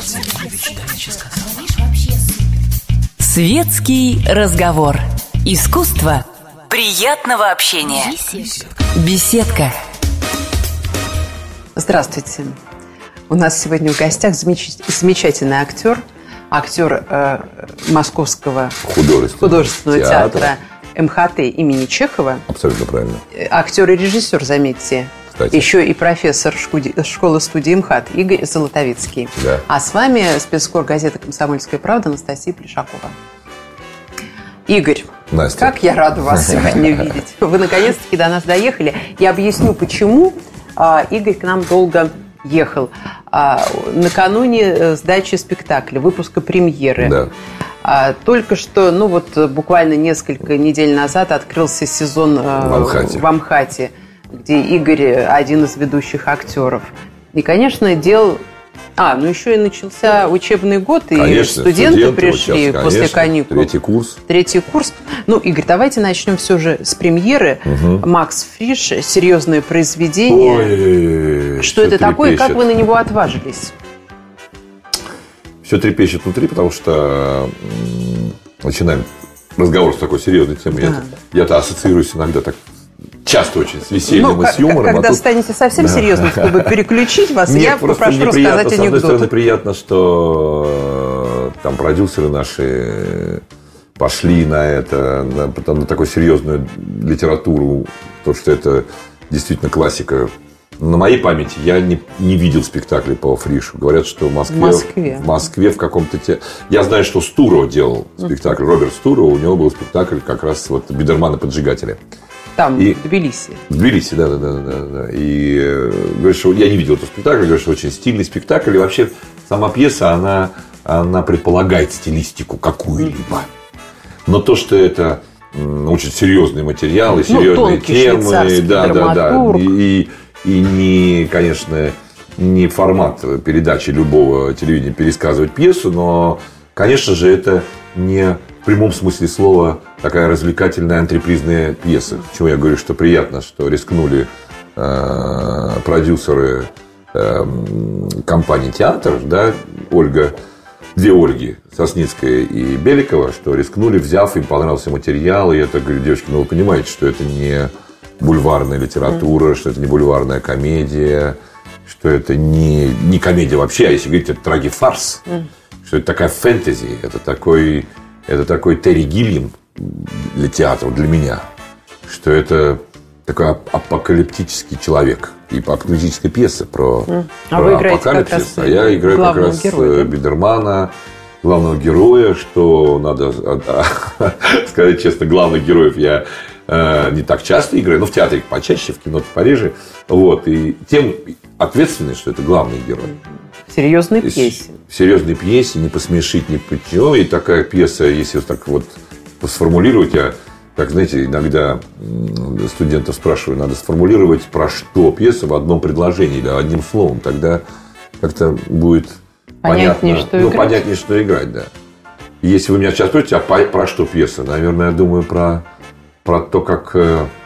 Светский разговор. Искусство приятного общения. Беседка. Здравствуйте. У нас сегодня в гостях замечательный актер Московского художественного театра МХТ имени Чехова. Абсолютно правильно. Актер и режиссер, заметьте. Кстати. Еще и профессор школы-студии МХАТ Игорь Золотовицкий. Да. А с вами спецкор газеты «Комсомольская правда» Анастасия Плешакова. Игорь, Настя, как я рада вас сегодня видеть. Вы наконец-таки до нас доехали. Я объясню, почему Игорь к нам долго ехал. Накануне сдачи спектакля, выпуска премьеры. Да. Только что, буквально несколько недель назад открылся сезон в Амхате, где Игорь один из ведущих актеров. И, конечно, еще и начался учебный год, и студенты пришли после каникул. Третий курс. Игорь, давайте начнем все же с премьеры. Макс Фриш, серьезное произведение. Что это такое, и как вы на него отважились? Все трепещет внутри, потому что начинаем разговор с такой серьезной темой. Да. Я-то ассоциируюсь иногда так часто очень с весельем и с юмором. Когда станете совсем серьезным, чтобы переключить вас, я попрошу рассказать анекдот. С одной стороны, приятно, что там продюсеры наши пошли на это, на такую серьезную литературу, потому что это действительно классика. На моей памяти я не видел спектаклей по Фришу. Говорят, что в Москве в каком-то... Я знаю, что Стуро делал спектакль. Роберт Стуро, у него был спектакль как раз «Бидермана-поджигателя». Там, в Тбилиси. В Тбилиси, да. И говорят, что я не видел этот спектакль, говорят, что очень стильный спектакль. И вообще сама пьеса, она предполагает стилистику какую-либо. Но то, что это очень серьезный материал и серьезные темы, да. И не, конечно, не формат передачи любого телевидения пересказывать пьесу, но, конечно же, это не в прямом смысле слова такая развлекательная антрепризная пьеса. Почему я говорю, что приятно, что рискнули продюсеры компании «Театр», да, две Ольги, Сосницкая и Беликова, что рискнули, взяв, им понравился материал. И я так говорю, девочки, вы понимаете, что это не бульварная литература, что это не бульварная комедия, что это не комедия вообще, а если говорить, это трагифарс, что это такая фэнтези, это такой Терри Гиллиам для театра, для меня, что это такой апокалиптический человек и апокалиптическая пьеса про апокалипсис. А я играю как раз Бидермана, главного героя, что надо сказать честно, главных героев я не так часто играю, но в театре почаще, в кино пореже. И тем ответственный, что это главный герой. В серьезной пьесе. В серьезной пьесе, не посмешить, не почему. И такая пьеса, если так сформулировать, я, так знаете, иногда студентов спрашиваю, надо сформулировать, про что пьеса в одном предложении или одним словом. Тогда как-то будет понятнее, что играть, да. И если вы меня сейчас спросите, про что пьеса? Наверное, я думаю, про то, как...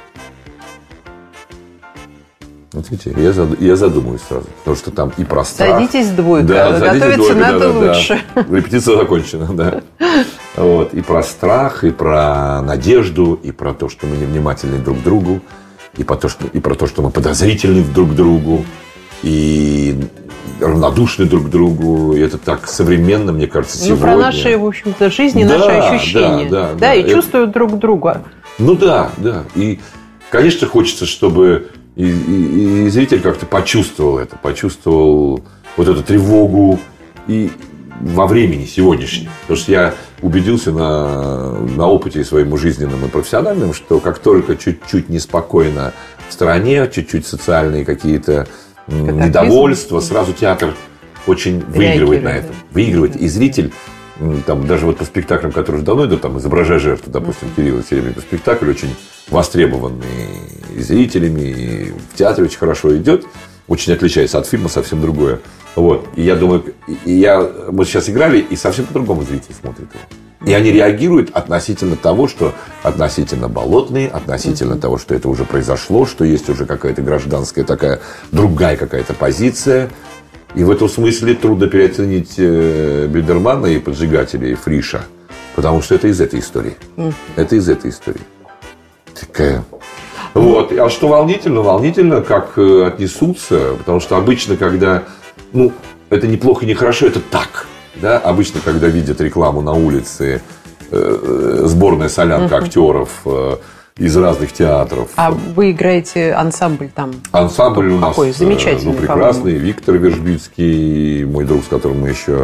Видите, я задумываюсь сразу. Потому что там и про страх. Садитесь двойка. Да, готовиться надо лучше. Да. Репетиция закончена, да. И про страх, и про надежду, и про то, что мы невнимательны друг к другу, и про то, что мы подозрительны друг к другу, и равнодушны друг к другу. И это так современно, мне кажется, сегодня. Про наши, в общем-то, жизни, наши ощущения. Да, и чувствуют друг друга. Да. И, конечно, хочется, чтобы и зритель как-то почувствовал эту тревогу и во времени сегодняшнем. Потому что я убедился на опыте своем жизненном и профессиональном, что как только чуть-чуть неспокойно в стране, чуть-чуть социальные какие-то недовольства, сразу театр очень выигрывает на этом. Выигрывает. И зритель, даже по спектаклям, которые уже давно идут, «Изображая жертву», допустим, Кирилла Серебренникова, спектакль очень востребованный и зрителями, и в театре очень хорошо идет, очень отличается от фильма, совсем другое. И я думаю, мы сейчас играли, и совсем по-другому зритель смотрит его. И они реагируют относительно того, что относительно Болотной, относительно того, что это уже произошло, что есть уже какая-то гражданская такая, другая какая-то позиция. И в этом смысле трудно переоценить Бильдермана и поджигателей Фриша, потому что это из этой истории. Это из этой истории. Такая... Вот. А что волнительно? Волнительно, как отнесутся, потому что обычно, когда... Ну, это неплохо, не хорошо, это так. Да? Обычно, когда видят рекламу на улице, сборная солянка актеров из разных театров. А вы играете ансамбль там? Ансамбль у нас замечательный, прекрасный. По-моему. Виктор Вержбицкий, мой друг, с которым мы еще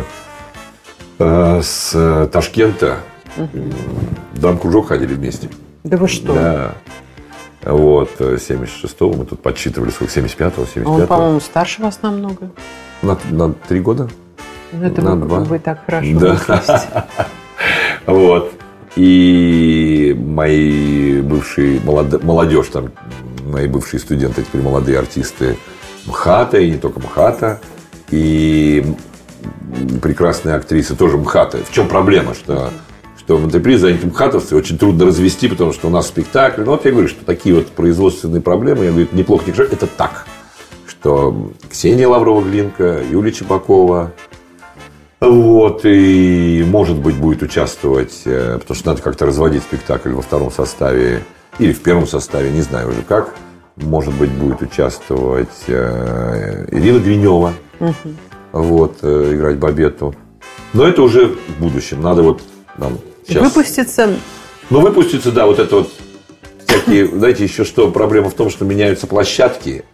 с Ташкента в драмкружок ходили вместе. Да вы что? Да. Вот, 76-го мы тут подсчитывали, сколько, 75-го, 75-го. Он, по-моему, старше вас намного. На 3 года. Ну, это вы так хорошо да. Вот. И мои бывшие молодежь, там, мои бывшие студенты, теперь молодые артисты МХАТа, и не только МХАТа, и прекрасные актрисы тоже МХАТа. В чем проблема? Что в антрепризе занятые МХАТовцы очень трудно развести, потому что у нас спектакль. Ну, вот я говорю, что такие вот производственные проблемы, я говорю, это неплохо, не хорошо, это так. Что Ксения Лаврова-Глинка, Юлия Чебакова, вот, и, может быть, будет участвовать, потому что надо как-то разводить спектакль во втором составе или в первом составе, не знаю уже как. Может быть, будет участвовать Ирина Гринева, вот, играть Бабетту. Но это уже в будущем. Надо вот нам сейчас... Выпуститься. Ну, выпуститься, да, вот это вот всякие, знаете, еще что, проблема в том, что меняются площадки,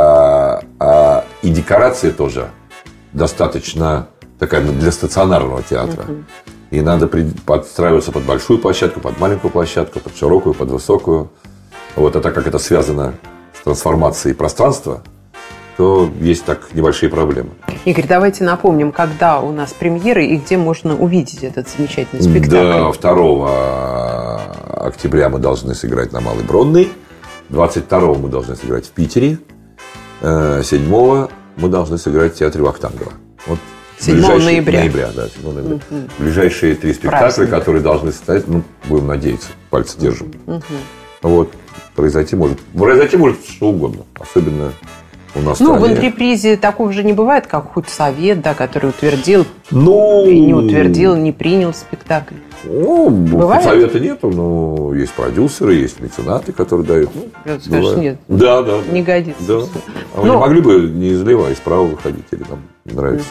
и декорации тоже достаточно такая для стационарного театра. И надо подстраиваться под большую площадку, под маленькую площадку, под широкую, под высокую. Вот, а так как это связано с трансформацией пространства, то есть так небольшие проблемы. Игорь, давайте напомним, когда у нас премьеры и где можно увидеть этот замечательный спектакль. До 2 октября мы должны сыграть на Малой Бронной, 22 мы должны сыграть в Питере, 7 мы должны сыграть в театре Вахтангова. Вот 7 ноября. Да, 7 ноября. Ближайшие 3 спектакля, которые должны состоять, ну, будем надеяться, пальцы держим. Вот, произойти может что угодно, особенно у нас в стране. В антрепризе такого же не бывает, как худсовет, да, который утвердил и не утвердил, не принял спектакль. Худсовета нету, но есть продюсеры, есть меценаты, которые дают. Скажешь, нет. Да. Не годится. Да. А вы не могли бы не из лева, а из права выходить, или там не нравится?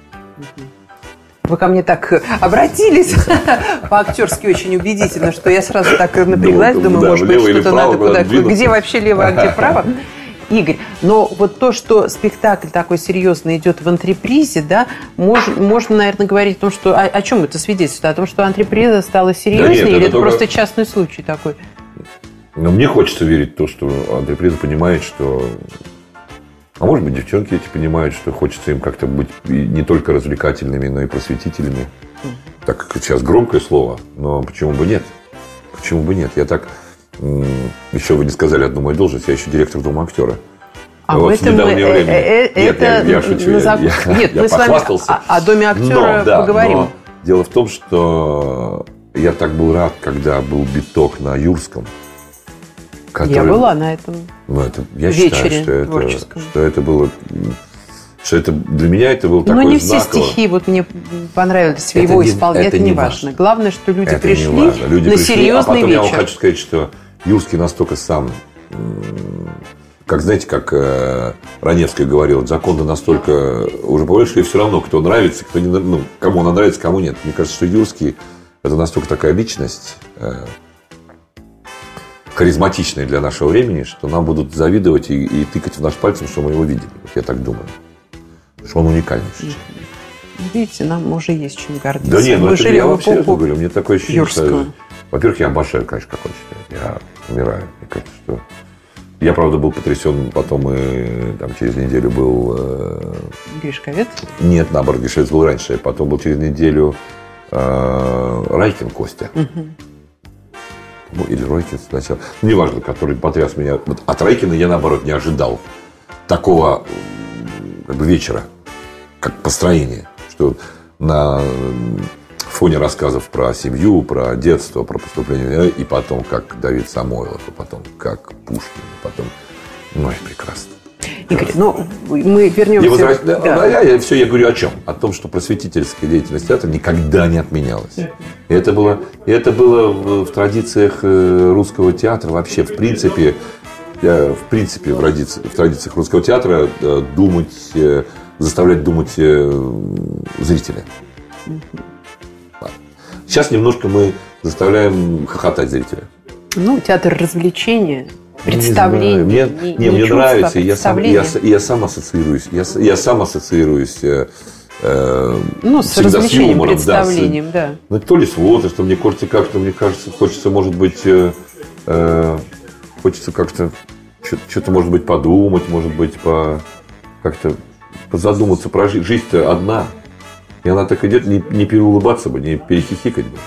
Вы ко мне так обратились по-актерски очень убедительно, что я сразу так напряглась, думаю, может быть, что-то надо куда-то. Где вообще лево, а где право? Игорь, но вот то, что спектакль такой серьезный идет в антрепризе, да, можно, наверное, говорить о том, что... О чем это свидетельствует? О том, что антреприза стала серьезнее, или это просто частный случай такой? Но мне хочется верить в то, что антреприза понимает, что... А может быть, девчонки эти понимают, что хочется им как-то быть не только развлекательными, но и просветителями. Так как сейчас громкое слово, но почему бы нет? Почему бы нет? Я так... Еще вы не сказали одну мою должность, я еще директор Дома актера. А вот в этом я шучу. Нет, мы с вами о Доме актера поговорим. Но дело в том, что я так был рад, когда был биток на Юрском. Я была на этом вечере творческом. Что это было... Что это для меня это было такое знаково. Но не все стихи вот мне понравились, его исполнять, это не важно. Главное, что люди пришли на серьезный вечер. А потом я вам хочу сказать, что Юрский настолько сам, как знаете, как Раневская говорила, Джоконда настолько уже больше, и все равно, кто нравится, кто не, кому она нравится, кому нет. Мне кажется, что Юрский это настолько такая личность харизматичная для нашего времени, что нам будут завидовать и тыкать в наш пальцем, что мы его видели. Вот я так думаю. Что он уникальнейший. Видите, нам уже есть чем гордиться. Да нет, это я вам серьезно говорю. Мне такое ощущение, что... Во-первых, я обожаю, конечно, как он читает. Я умираю. Мне кажется, что... Я, правда, был потрясен. Потом и там, через неделю был... Гришковец? Нет, наоборот, Гришковец был раньше. Потом был через неделю Райкин Костя. Или Ройкин сначала. Неважно, который потряс меня. Вот от Райкина я, наоборот, не ожидал такого вечера, как построение, что на фоне рассказов про семью, про детство, про поступление, и потом как Давид Самойлов, и потом как Пушкин, и потом, прекрасно. Игорь, мы вернемся... Я говорю о чем? О том, что просветительская деятельность театра никогда не отменялась. И это было в традициях русского театра вообще, в принципе, в традициях русского театра заставлять думать зрителя. Сейчас немножко мы заставляем хохотать зрителя. Театр развлечения, представление. Мне нравится, я сам ассоциируюсь. Я сам ассоциируюсь с развлечением, представлением, да. То ли с возрастом, мне кажется, хочется, может быть, хочется как-то что-то, может быть, подумать, может быть, как-то задуматься про жизнь. Жизнь-то одна. И она так идет, не переулыбаться бы, не перехихикать бы.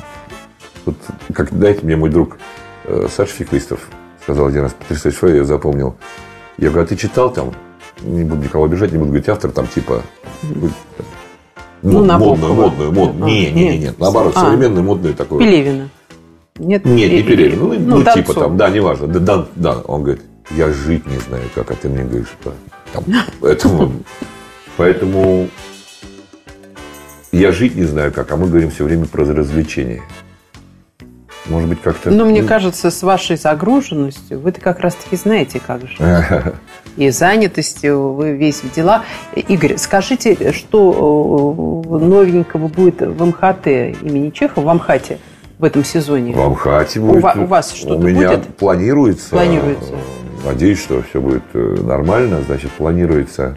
Дайте мне мой друг Саша Феклистов сказал один раз потрясающую фразу, я запомнил. Я говорю, а ты читал там? Не буду никого обижать, не буду говорить, автор там типа... Модную. Нет. Наоборот, современную, модную такую. Пелевина. Нет, не Пелевина. Типа там, да, неважно. Да. Он говорит, я жить не знаю, как, а ты мне говоришь, Поэтому я жить не знаю как, а мы говорим все время про развлечения. Может быть, как-то... мне кажется, с вашей загруженностью вы-то как раз-таки знаете, как же. И занятостью, вы весь в дела. Игорь, скажите, что новенького будет в МХТ имени Чехова, в Амхате в этом сезоне? В Амхате будет. У вас что-то будет? У меня планируется. Надеюсь, что все будет нормально. Значит, планируется...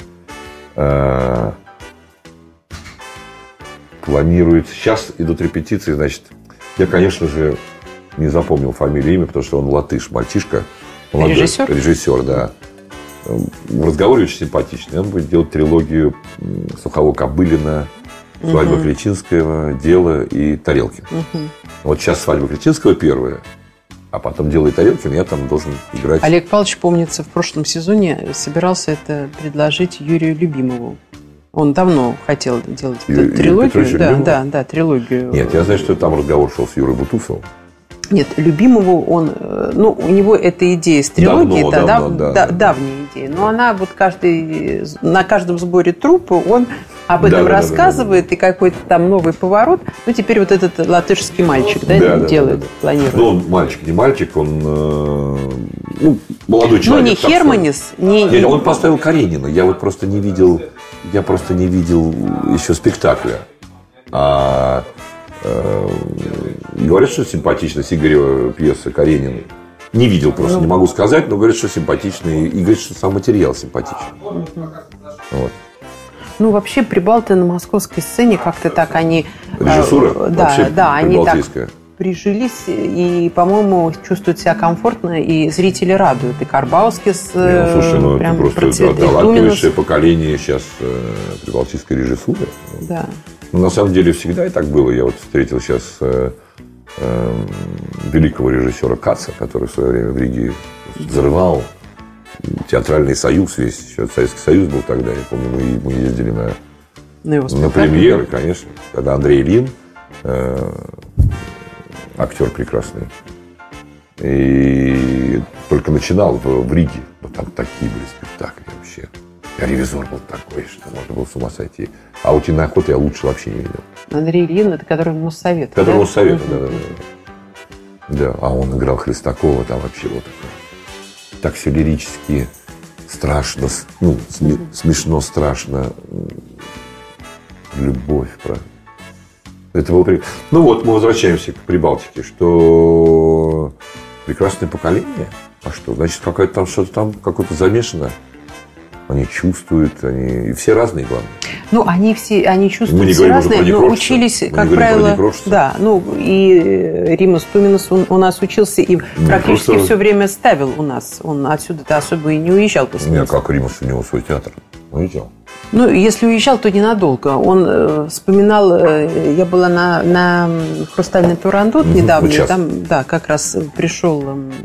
Сейчас идут репетиции, значит... Я, конечно же, не запомнил фамилию и имя, потому что он латыш, мальчишка. Режиссер? Режиссер, да. В разговоре очень симпатичный. Он будет делать трилогию Сухого-Кобылина, «Свадьба Клечинского», «Дело» и «Тарелкин». Вот сейчас «Свадьба Клечинского» первая, а потом «Дело» и «Тарелкин» я там должен играть. Олег Павлович, помнится, в прошлом сезоне собирался это предложить Юрию Любимову. Он давно хотел делать трилогию. Да, трилогию. Нет, я знаю, что там разговор шел с Юрой Бутусовым. Нет, Любимову он... у него эта идея с трилогией, давняя идея. Но она на каждом сборе труппы он об этом рассказывает, и какой-то там новый поворот. Теперь вот этот латышский мальчик делает, планирует. Он мальчик, не мальчик, он молодой человек. Не Херманис, не... Он поставил Каренина. Я просто не видел еще спектакля. Говорят, что симпатично с Игорева пьеса «Каренин». Не видел, просто не могу сказать, но говорят, что симпатичный. И говорят, что сам материал симпатичный. Вот. Вообще, прибалты на московской сцене как-то так они... Режиссура они так прижились и, по-моему, чувствуют себя комфортно, и зрители радуют. И Карбаускис прям процветает. Талантливейшее поколение сейчас прибалтийской режиссуры. Да. На самом деле всегда и так было. Я встретил сейчас великого режиссера Каца, который в свое время в Риге взрывал театральный союз весь. Еще Советский Союз был тогда. Я помню, мы ездили на премьеры, конечно. Когда Андрей Ильин, актер прекрасный, и только начинал в Риге. Там такие были спектакли вообще. Ревизор был такой, что можно было с ума сойти. А «Утиная охота» я лучше вообще не видел. Андрей Ильин, это который Моссовет. Который Моссовет, да. А он играл Хлестакова, там вообще вот такое. Так все лирически, страшно, смешно, страшно. Любовь, правда. Это было прекрасно. Мы возвращаемся к Прибалтике, что прекрасное поколение. А что? Значит, что-то там какое-то замешано. Они чувствуют, и все разные, главное. Они чувствуют, все разные, но учились, как правило, да. И Римас Туминас у нас учился и практически все время ставил у нас. Он отсюда-то особо и не уезжал после нас. Как Римас, у него свой театр. Уезжал. Если уезжал, то ненадолго. Он вспоминал, я была на «Хрустальный Турандот» недавно, там, как раз пришел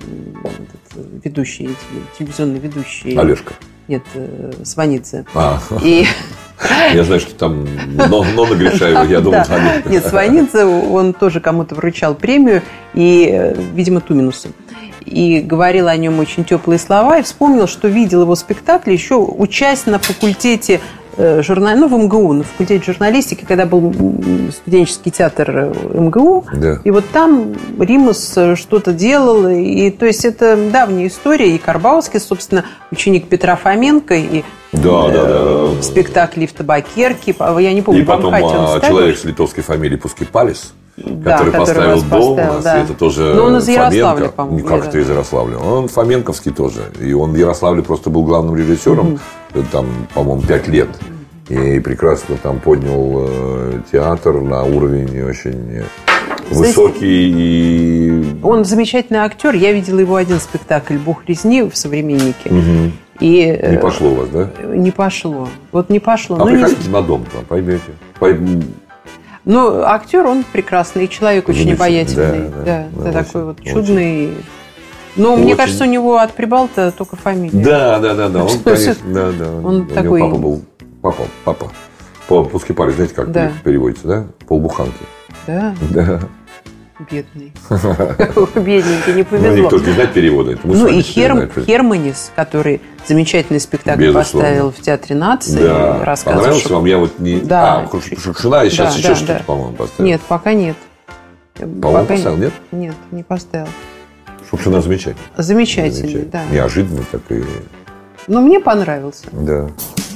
телевизионный ведущий. Олежка. Нет, Сванидзе. Я знаю, что там Нонна Гришаева, я думал, Нет, Сванидзе, он тоже кому-то вручал премию, и, видимо, Туминусу. и говорил о нем очень теплые слова, и вспомнил, что видел его спектакль еще учась на факультете в МГУ, на факультете журналистики, когда был студенческий театр МГУ, да. И вот там Римас что-то делал, и то есть это давняя история, и Карбаускис, собственно, ученик Петра Фоменко, и в спектакле «В табакерке», я не помню, и потом человек с литовской фамилией Пускипалис, который поставил дом, да. Это тоже но он из Ярославля, по-моему. Как это из Ярославля? Он фоменковский тоже. И он в Ярославле просто был главным режиссером, там, по-моему, 5 лет. И прекрасно там поднял театр на уровень очень высокий. И... Он замечательный актер. Я видела его один спектакль «Бог резни» в «Современнике». И... Не пошло у вас, да? Не пошло. Вот не пошло. А приходите на дом, там, поймете. Ну, актер, он прекрасный, и человек очень обаятельный. Да, такой вот чудный. Но очень... мне кажется, у него от Прибалта только фамилия. Да. Он, конечно, Он такой... Папа был... Папа. Пускипалис, знаете, как переводится, да? Полбуханки. Да? Да. Бедный. Бедненький, не повезло. Ну, никто же не знает перевода. Ну, и Херманис, который замечательный спектакль поставил в Театре нации. Да. Понравился вам? Я вот не... Да. Шукшина, и сейчас еще что-то, по-моему, поставил. Нет, пока нет. По-моему, поставил, нет? Нет, не поставил. Шукшина замечательный. Замечательный, да. Неожиданно так и... Ну, мне понравился. Да.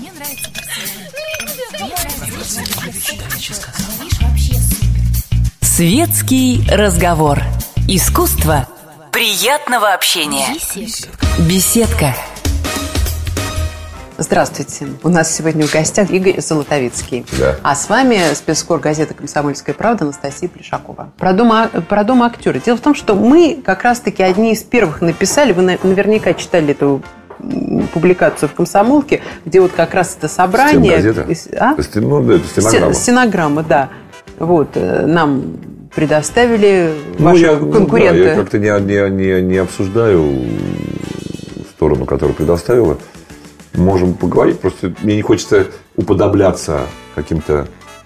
Светский разговор. Искусство приятного общения. Беседка. Здравствуйте. У нас сегодня в гостях Игорь Золотовицкий. Да. А с вами спецкор газеты «Комсомольская правда» Анастасия Плешакова. Про дом актера. Дело в том, что мы как раз-таки одни из первых написали, вы наверняка читали эту публикацию в «Комсомолке», где вот как раз это собрание... Это стенограмма. Стенограмма, да. Вот, нам предоставили ваши конкуренты. Я как-то не обсуждаю сторону, которую предоставила. Можем поговорить, просто мне не хочется уподобляться каким-то...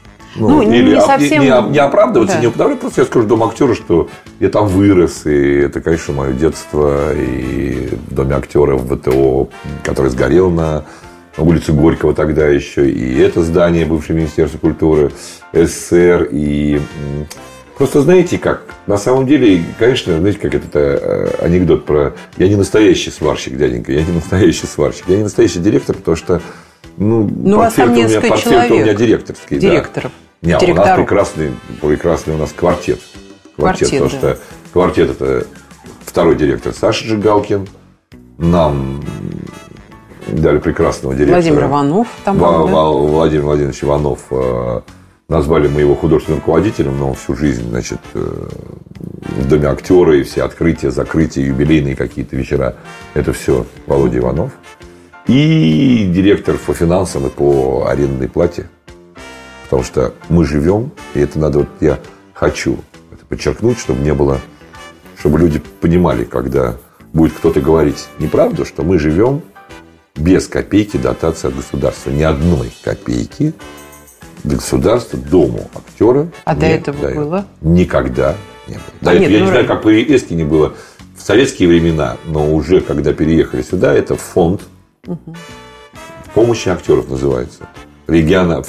не оправдываться, не уподобляться. Просто я скажу Дом актера, что я там вырос, и это, конечно, мое детство, и в Доме актера в ВТО, который сгорел на улице Горького тогда еще, и это здание, бывшее Министерство культуры СССР, и... Просто знаете как, на самом деле, конечно, знаете, как это анекдот про «я не настоящий сварщик, дяденька, я не настоящий сварщик, я не настоящий директор, потому что портфель у меня директорский». Директоров. Да. Нет, у нас прекрасный у нас квартет. Потому что квартет – это второй директор Саша Жигалкин, нам дали прекрасного директора. Владимир Иванов там был, Владимир Владимирович Иванов. Назвали мы его художественным руководителем, но он всю жизнь, значит, в Доме актера, и все открытия, закрытия, юбилейные какие-то вечера. Это все Володя Иванов. И директор по финансам и по арендной плате. Потому что мы живем, и это надо, вот я хочу это подчеркнуть, чтобы не было, чтобы люди понимали, когда будет кто-то говорить неправду, что мы живем без копейки дотации от государства. Ни одной копейки государство Дому актера до этого было? Никогда не было. Я не знаю, как при Эскине было в советские времена, но уже когда переехали сюда, это фонд помощи актеров называется. Региональный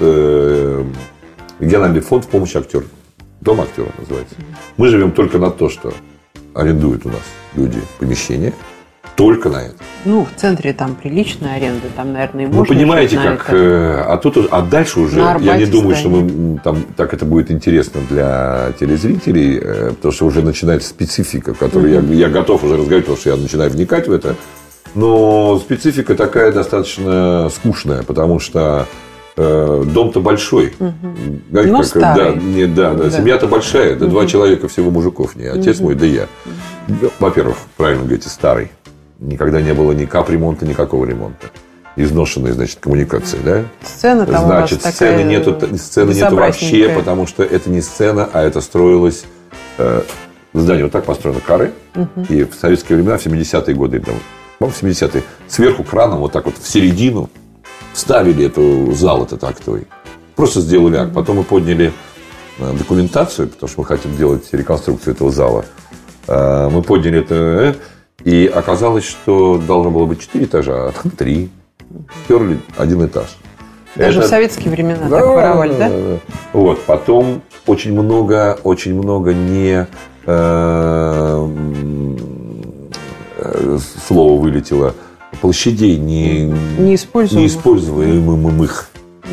фонд помощи актеров. Дом актера называется. Мы живем только на то, что арендуют у нас люди помещения. Только на это. В центре там приличная аренда, там, наверное, и можно. Вы понимаете, как... А дальше уже я не думаю, что мы там так это будет интересно для телезрителей, потому что уже начинается специфика, которую я готов уже разговаривать, потому что я начинаю вникать в это. Но специфика такая достаточно скучная, потому что дом-то большой. Старый. Да. Семья-то большая. Да 2 человека всего мужиков. Не отец мой, да я. Во-первых, правильно говорите, старый. Никогда не было ни капремонта, никакого ремонта. Изношенные, значит, коммуникации, да? Сцена там значит, сцены нету вообще, потому что это не сцена, а это строилось... Здание вот так построено, каре. И в советские времена, в 70-е годы, в 70-е, сверху краном вот так вот в середину вставили зал этот актовый. Просто сделали акт. Потом мы подняли документацию, потому что мы хотим делать реконструкцию этого зала. Мы подняли это, и оказалось, что должно было быть 4 этажа, а там 3. Стерли 1 этаж. Даже в советские времена так воровали, да? Вот, потом очень много не слово вылетело, площадей неиспользуемых.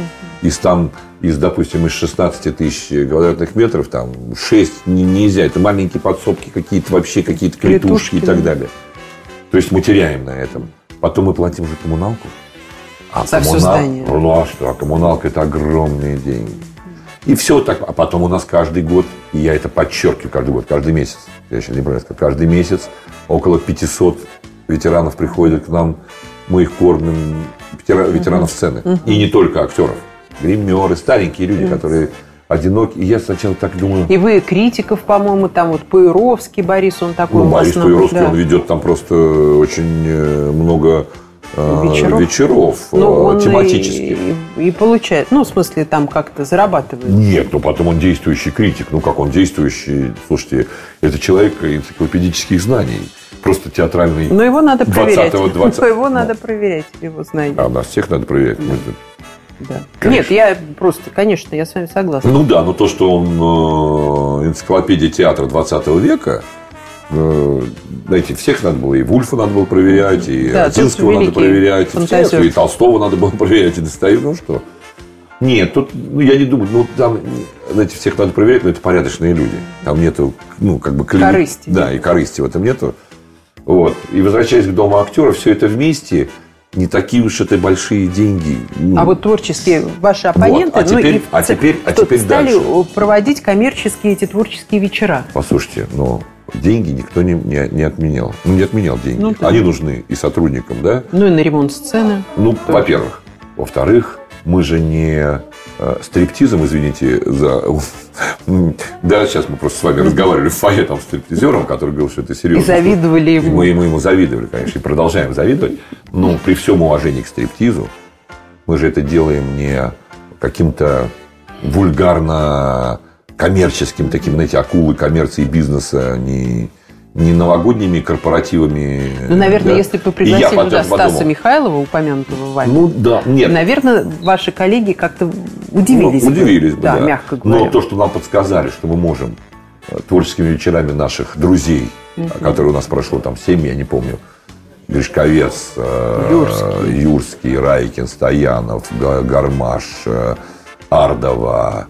Допустим, из 16 тысяч квадратных метров, там 6 нельзя. Это маленькие подсобки, какие-то клетушки и так далее. То есть мы теряем на этом. Потом мы платим за коммуналку. А коммуналка – это огромные деньги. И все так. А потом у нас каждый год, и я это подчеркиваю, каждый месяц, я сейчас неправильно сказал, каждый месяц около 500 ветеранов приходят к нам, мы их кормим, ветеранов сцены. И не только актеров. Гримеры, старенькие люди, которые одиноки. И я сначала так думаю... И вы критиков, по-моему, там вот Паировский Борис, он такой... Борис Паировский, да. Он ведет там просто очень много... вечеров тематических. И получает, в смысле, там как-то зарабатывает. Нет, потом он действующий критик. Как он действующий? Слушайте, это человек энциклопедических знаний. Просто театральный. Но его надо проверять. Надо проверять, его знания. А нас всех надо проверять. Да. Нет, я с вами согласна. Но то, что он энциклопедия театра 20 века, знаете, всех надо было, и Вульфа надо было проверять, и Ротинского надо проверять, всех, и Толстого надо было проверять, и Достоевского, что? Нет, тут, я не думаю, там, знаете, всех надо проверять, но это порядочные люди. Там нету, корысти. Да, и корысти в этом нету. Вот. И возвращаясь к Дому актера, все это вместе не такие уж это большие деньги. А вот творческие ваши оппоненты теперь стали проводить коммерческие эти творческие вечера. Послушайте, деньги никто не отменял. Не отменял деньги. Они нужны и сотрудникам, да? И на ремонт сцены. Во-первых. Во-вторых, мы же не стриптизом, извините за... Да, сейчас мы просто с вами разговаривали в фойе там с стриптизером, который говорил, что это серьезно. И завидовали ему. Мы ему завидовали, конечно, и продолжаем завидовать. Но при всем уважении к стриптизу, мы же это делаем не каким-то вульгарно коммерческим таким, знаете, акулы коммерции бизнеса, не новогодними корпоративами. Наверное, если бы вы пригласили туда Стаса Михайлова, упомянутого вами, нет. Наверное, ваши коллеги как-то удивились. Удивились бы, да. Мягко говоря. Но то, что нам подсказали, что мы можем творческими вечерами наших друзей, которые у нас прошло там 7, я не помню, Гришковец, Юрский, Райкин, Стоянов, Гармаш, Ардова,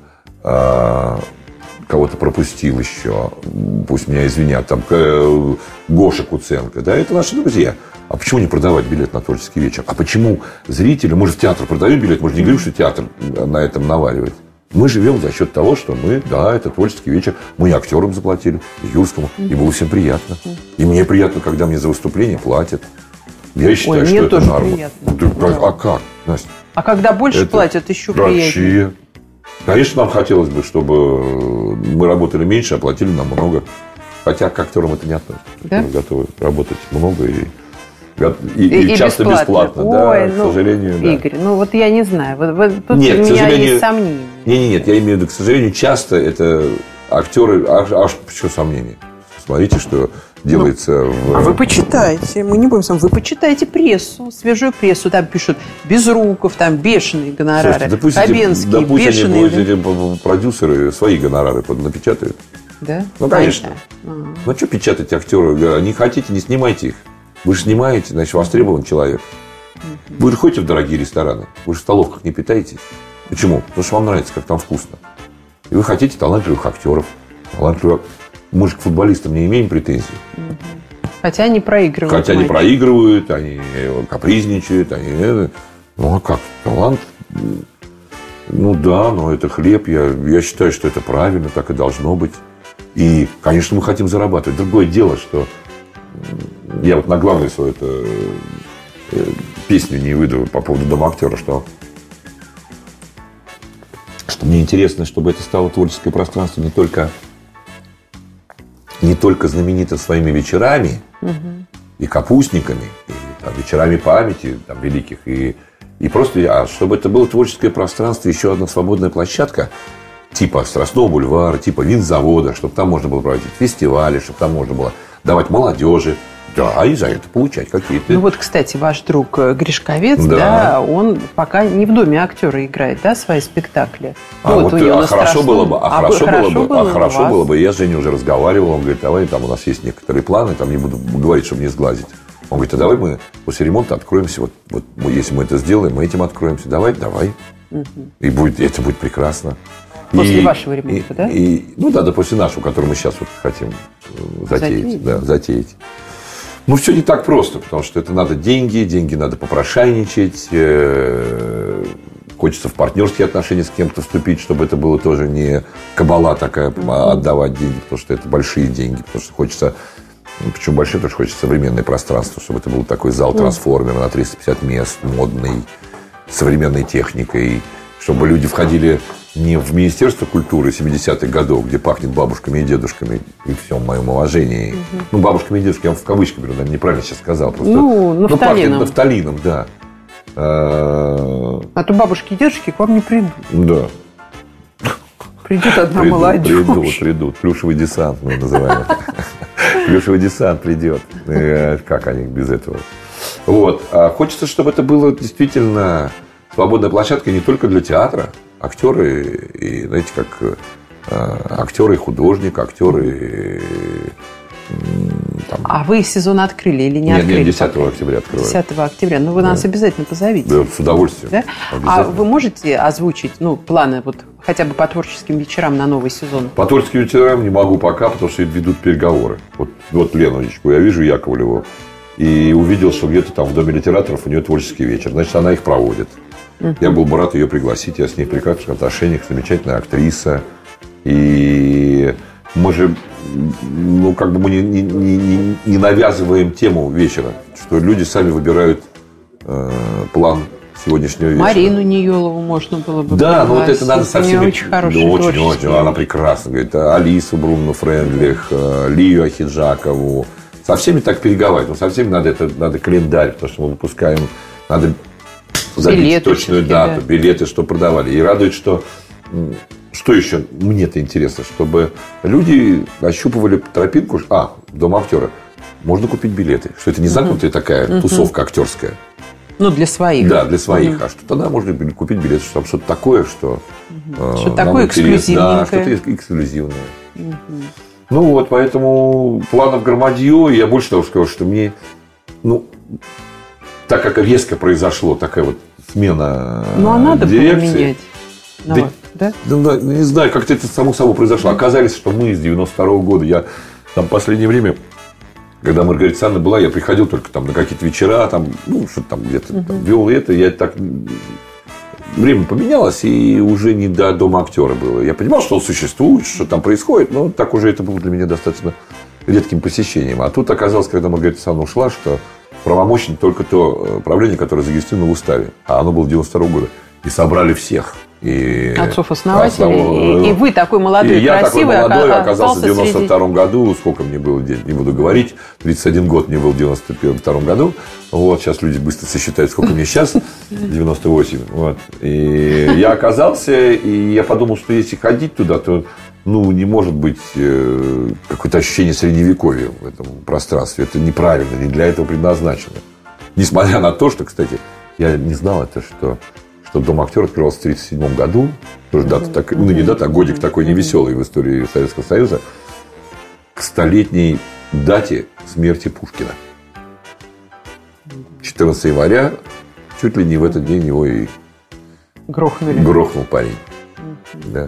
кого-то пропустил еще, пусть меня извинят, там Гоша Куценко, да, это наши друзья. А почему не продавать билет на творческий вечер? А почему зрителю, мы же в театр продаем билет, мы же не говорим, что театр на этом наваливает. Мы живем за счет того, что это творческий вечер, мы и актерам заплатили, и Юрскому, и было всем приятно. И мне приятно, когда мне за выступление платят. Я считаю, что это норма. А как, Настя? А когда больше платят, еще приятнее. Конечно, нам хотелось бы, чтобы мы работали меньше, а платили нам много. Хотя к актерам это не относится. Да? Мы готовы работать много и часто бесплатно. Ой, к сожалению, Игорь, я не знаю. Тут нет, у меня есть сомнения. Нет, я имею в виду, к сожалению, часто это актеры, что сомнения? Смотрите, что делается А вы почитайте, мы не будем сам. Вы почитайте прессу, свежую прессу. Там пишут Безруков, там бешеные гонорары. Хабенский, бешеные. Эти продюсеры свои гонорары напечатают. Да? Конечно. Что печатать актеры? Не хотите, не снимайте их. Вы же снимаете, значит, востребован человек. Вы же ходите в дорогие рестораны. Вы же в столовках не питаетесь. Почему? Потому что вам нравится, как там вкусно. И вы хотите талантливых актеров. Мы же к футболистам не имеем претензий. Хотя они проигрывают. Они капризничают. А как? Талант? Но это хлеб. Я считаю, что это правильно, так и должно быть. И, конечно, мы хотим зарабатывать. Другое дело, что я на главную свою песню не выйду по поводу Дома актера, что мне интересно, чтобы это стало творческое пространство не только знаменито своими вечерами и капустниками, и вечерами памяти великих, и просто, чтобы это было творческое пространство, еще одна свободная площадка, типа Страстного бульвара, типа винзавода, чтобы там можно было проводить фестивали, чтобы там можно было давать молодежи. Да, и за это получать какие-то... Ну вот, кстати, ваш друг Гришковец, да, он пока не в Доме актера играет, да, свои спектакли. Хорошо было бы, я с Женей уже разговаривал, он говорит, давай, там у нас есть некоторые планы, там не буду говорить, чтобы не сглазить. Он говорит, а давай мы после ремонта откроемся, вот если мы это сделаем, мы этим откроемся, давай. И это будет прекрасно. После вашего ремонта, да? Да, после нашего, который мы сейчас вот хотим затеять. Ну, все не так просто, потому что это надо деньги надо попрошайничать, хочется в партнерские отношения с кем-то вступить, чтобы это было тоже не кабала такая, отдавать деньги, потому что это большие деньги, потому что хочется, почему большие, потому что хочется современное пространство, чтобы это был такой зал-трансформер на 350 мест, модный, с современной техникой, чтобы люди входили не в Министерство культуры 70-х годов, где пахнет бабушками и дедушками, и всем моем уважении. Ну, бабушками и дедушками, я в кавычки беру, наверное, неправильно сейчас сказал. Просто, пахнет нафталином, да. А то бабушки и дедушки к вам не придут. Да. Придет одна молодежь. Придут. Плюшевый десант мы называем. Плюшевый десант придет. Как они без этого? Вот. Хочется, чтобы это было действительно свободная площадка не только для театра. Актеры, и, знаете, как актеры и художник, актеры... А вы сезон открыли или не открыли? Нет, 10 октября открываю. 10 октября. Ну, вы нас обязательно позовите. Да, с удовольствием. Да? А вы можете озвучить планы хотя бы по творческим вечерам на новый сезон? По творческим вечерам не могу пока, потому что ведут переговоры. Вот Леночку я вижу, Яковлеву, и увидел, что где-то там в Доме литераторов у нее творческий вечер. Значит, она их проводит. Я был бы рад ее пригласить. Я с ней в прекрасных отношениях, замечательная актриса. И мы же, мы не навязываем тему вечера, что люди сами выбирают план сегодняшнего вечера. Марину Ниелову можно было бы пригласить. Да, это надо со всеми. Очень хорошая очень. Она прекрасна. Говорит, Алису Брунну Френдлих, Лию Ахиджакову. Со всеми так переговаривать. Но со всеми надо календарь, потому что мы выпускаем. Надо забить билеты, точную дату, билеты, что продавали. И радует, что еще мне-то интересно, чтобы люди ощупывали тропинку. Дом актера. Можно купить билеты. Что это не замкнутая такая тусовка актерская. Для своих. Да, для своих. А что тогда можно купить билеты, что там что-то такое, что что-то такое эксклюзивное. Да, что-то эксклюзивное. Поэтому планов громадье. И я больше того скажу, что мне, так как резко произошло такая вот смена надо дирекции. Было менять. Да? Не знаю, как-то это само собой произошло. Оказались, что мы с 92-го года, я там в последнее время, когда Маргарита Александровна была, я приходил только там на какие-то вечера, что-то там где-то вел это, я так... Время поменялось, и уже не до Дома актера было. Я понимал, что он существует, что там происходит, но так уже это было для меня достаточно редким посещением. А тут оказалось, когда Маргарита Александровна ушла, что правомочен только то правление, которое зарегистрировано в уставе. А оно было 92-го года. И собрали всех. Отцов-основателей. И вы такой молодой и красивый. Я такой молодой оказался в 92-м году. Сколько мне было лет, не буду говорить. 31 год мне был в 92-м году. Сейчас люди быстро сосчитают, сколько мне сейчас. 98. И я оказался, и я подумал, что если ходить туда, то не может быть какое-то ощущение средневековья в этом пространстве. Это неправильно, не для этого предназначено. Несмотря на то, что, кстати, я не знал это, что Дом актера открывался в 1937 году. Тоже дата, не дата, а годик такой невеселый в истории Советского Союза. К столетней дате смерти Пушкина. 14 января, чуть ли не в этот день его и грохнул парень. Да.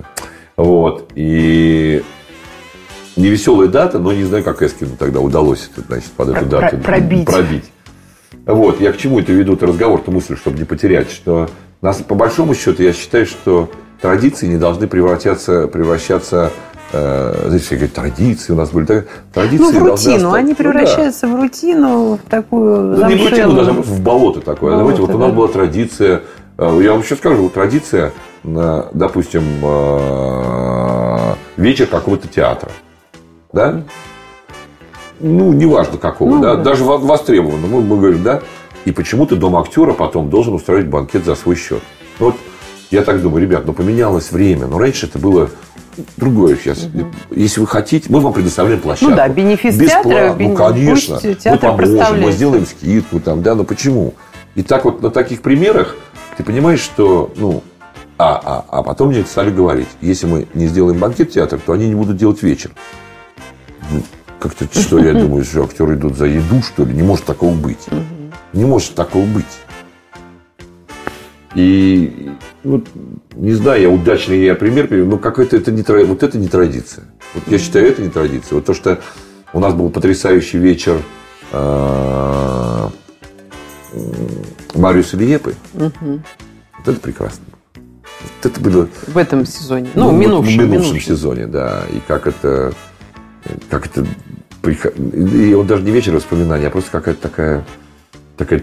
И невеселая дата, но не знаю, как Эскину тогда удалось это, под эту дату пробить. Я к чему это веду, разговор-то мысль, чтобы не потерять, что по большому счету я считаю, что традиции не должны превращаться знаете, говорят, традиции у нас были. Традиции в рутину. Они превращаются в рутину, в такую замшелую. Не в рутину, даже в болото такое. Знаете, у нас была традиция, я вам еще скажу, традиция, допустим, вечер какого-то театра. Да? Неважно какого, даже востребованного. Мы говорим, да? И почему-то Дом актера потом должен устраивать банкет за свой счет. Я так думаю, ребят, поменялось время. Но раньше это было другое сейчас. Если вы хотите, мы вам предоставляем площадку. Ну да, бенефис театра. Конечно. Мы поможем, мы сделаем скидку. Но почему? И так вот на таких примерах ты понимаешь, что... А потом мне стали говорить, если мы не сделаем банкет театра, то они не будут делать вечер. Как-то, что я думаю, что актеры идут за еду, что ли? Не может такого быть. Не может такого быть. И не знаю, я удачный пример приведу, но какой-то это не традиция. Вот я считаю, это не традиция. Вот то, что у нас был потрясающий вечер Мариус и Лиепы, вот это прекрасно. Вот это было в этом сезоне. В минувшем сезоне, да. И как это и он даже не вечер воспоминаний, а просто какая-то такая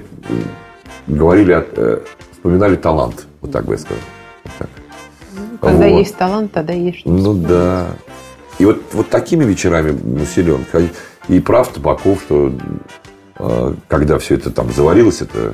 вспоминали талант, вот так бы я сказал. Вот так. Когда есть талант, тогда есть что-то. Да. И вот такими вечерами силен. И прав Табаков, что когда все это там заварилось, это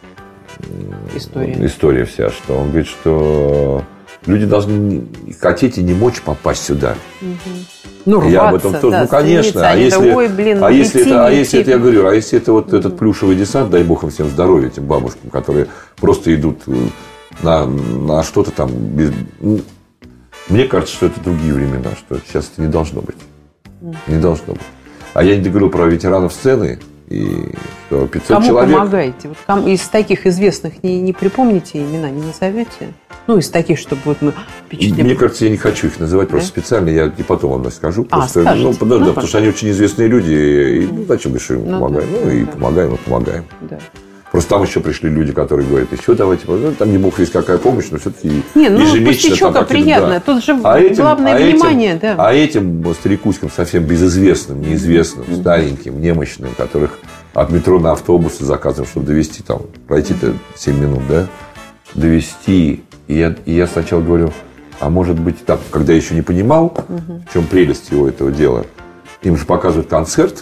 история вся, что он говорит, что люди должны хотеть и не мочь попасть сюда. Я об этом тоже. Конечно. Если это, я говорю, это вот этот плюшевый десант, дай бог им всем здоровья, этим бабушкам, которые просто идут на что-то там. Мне кажется, что это другие времена, что сейчас это не должно быть. Не должно быть. А я не договорил про ветеранов сцены. И что 500 Кому человек... помогаете? Из таких известных не припомните имена, не назовете? Из таких, чтобы мы впечатлили. Мне кажется, я не хочу их называть просто специально. Я и потом вам скажу. Скажите. Потому что они очень известные люди. И зачем мы им помогаем? Помогаем. Да. Просто там еще пришли люди, которые говорят, еще давайте, там не бог весь какая помощь, но все-таки ежемесячно. Пустячок приятно. Тут же главное внимание. А этим старикуськам совсем безызвестным, неизвестным, стареньким, немощным, которых от метро на автобусы заказываем, чтобы довести там, пройти-то 7 минут, да, довести. И я сначала говорю, а может быть, там, когда я еще не понимал, в чем прелесть всего этого дела, им же показывают концерт,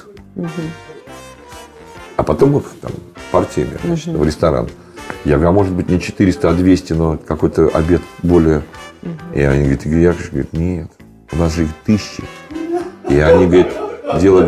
а потом их там партиями, в ресторан. Я говорю, а может быть не 400, а 200, но какой-то обед более... И они говорят, Игорь Яковлевич, говорит, нет, у нас же их 1000. И они говорят, дело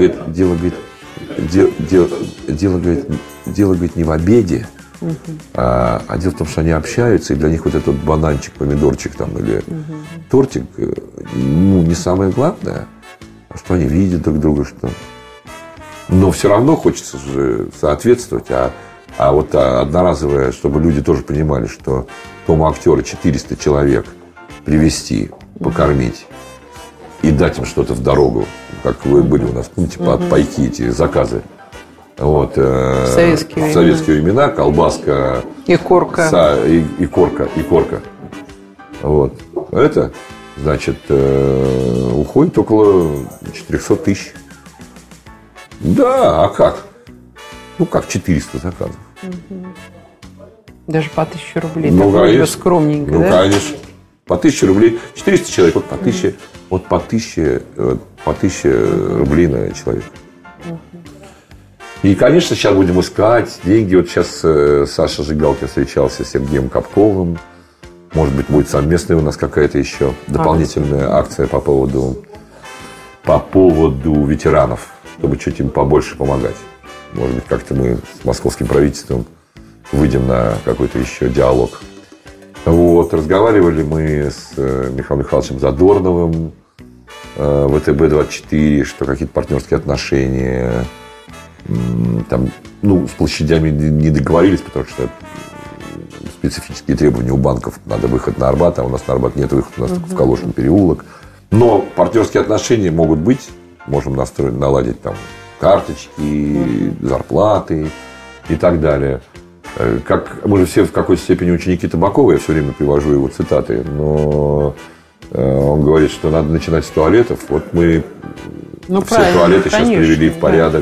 не в обеде, а дело в том, что они общаются, и для них вот этот бананчик, помидорчик там, или тортик, не самое главное, а что они видят друг друга, что... Но все равно хочется же соответствовать. А вот одноразовое, чтобы люди тоже понимали, что тому актеру 400 человек привезти, покормить и дать им что-то в дорогу, как вы были у нас, помните, пайки эти заказы. Вот, в советские времена колбаска и корка. И корка. Вот. Это, значит, уходит около 400 тысяч. Да, а как? Как 400 заказов? Даже по 1000 рублей. Конечно. Скромненько, да? Конечно. По 1000 рублей. 400 человек, по 1000 рублей на человека. И, конечно, сейчас будем искать деньги. Вот сейчас Саша Жигалкин встречался с Сергеем Капковым. Может быть, будет совместная у нас какая-то еще дополнительная акция по поводу ветеранов, чтобы чуть им побольше помогать. Может быть, как-то мы с московским правительством выйдем на какой-то еще диалог. Вот. Разговаривали мы с Михаилом Михайловичем Задорновым, ВТБ-24, что какие-то партнерские отношения. Там, с площадями не договорились, потому что специфические требования у банков. Надо выход на Арбат, а у нас на Арбат нет выхода, у нас только в Калошин переулок. Но партнерские отношения могут быть. Можем наладить там карточки, зарплаты и так далее. Как мы же все в какой-то степени ученики Табакова, я все время привожу его цитаты, но он говорит, что надо начинать с туалетов. Вот мы все туалеты сейчас привели в порядок.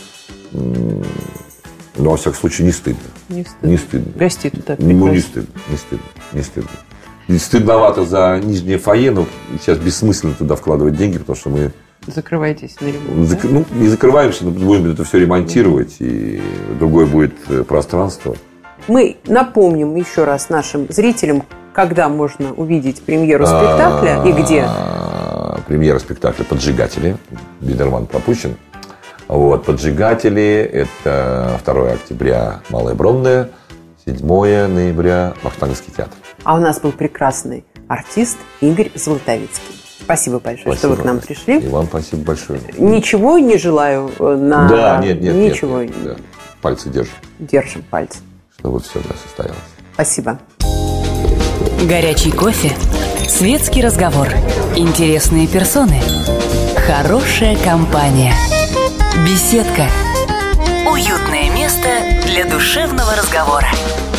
Но, во всяком случае, не стыдно. Не стыдно. Гостей туда не стыдно. И стыдновато за нижнее фойе, но сейчас бессмысленно туда вкладывать деньги, потому что мы... Закрываетесь на ремонт. Не закрываемся, но будем это все ремонтировать, и другое будет пространство. Мы напомним еще раз нашим зрителям, когда можно увидеть премьеру спектакля и где? Премьера спектакля «Поджигатели». Бидерман пропущен. Вот, «Поджигатели» – это 2 октября Малая Бронная, 7 ноября Вахтанговский театр. А у нас был прекрасный артист Игорь Золотовицкий. Спасибо большое, что вы к нам пришли. И вам спасибо большое. Ничего не желаю на... Да, нет. Ничего. Нет. Да. Пальцы держим. Держим пальцы. Чтобы все у нас состоялось. Спасибо. Горячий кофе, светский разговор, интересные персоны, хорошая компания, беседка, уютное место для душевного разговора.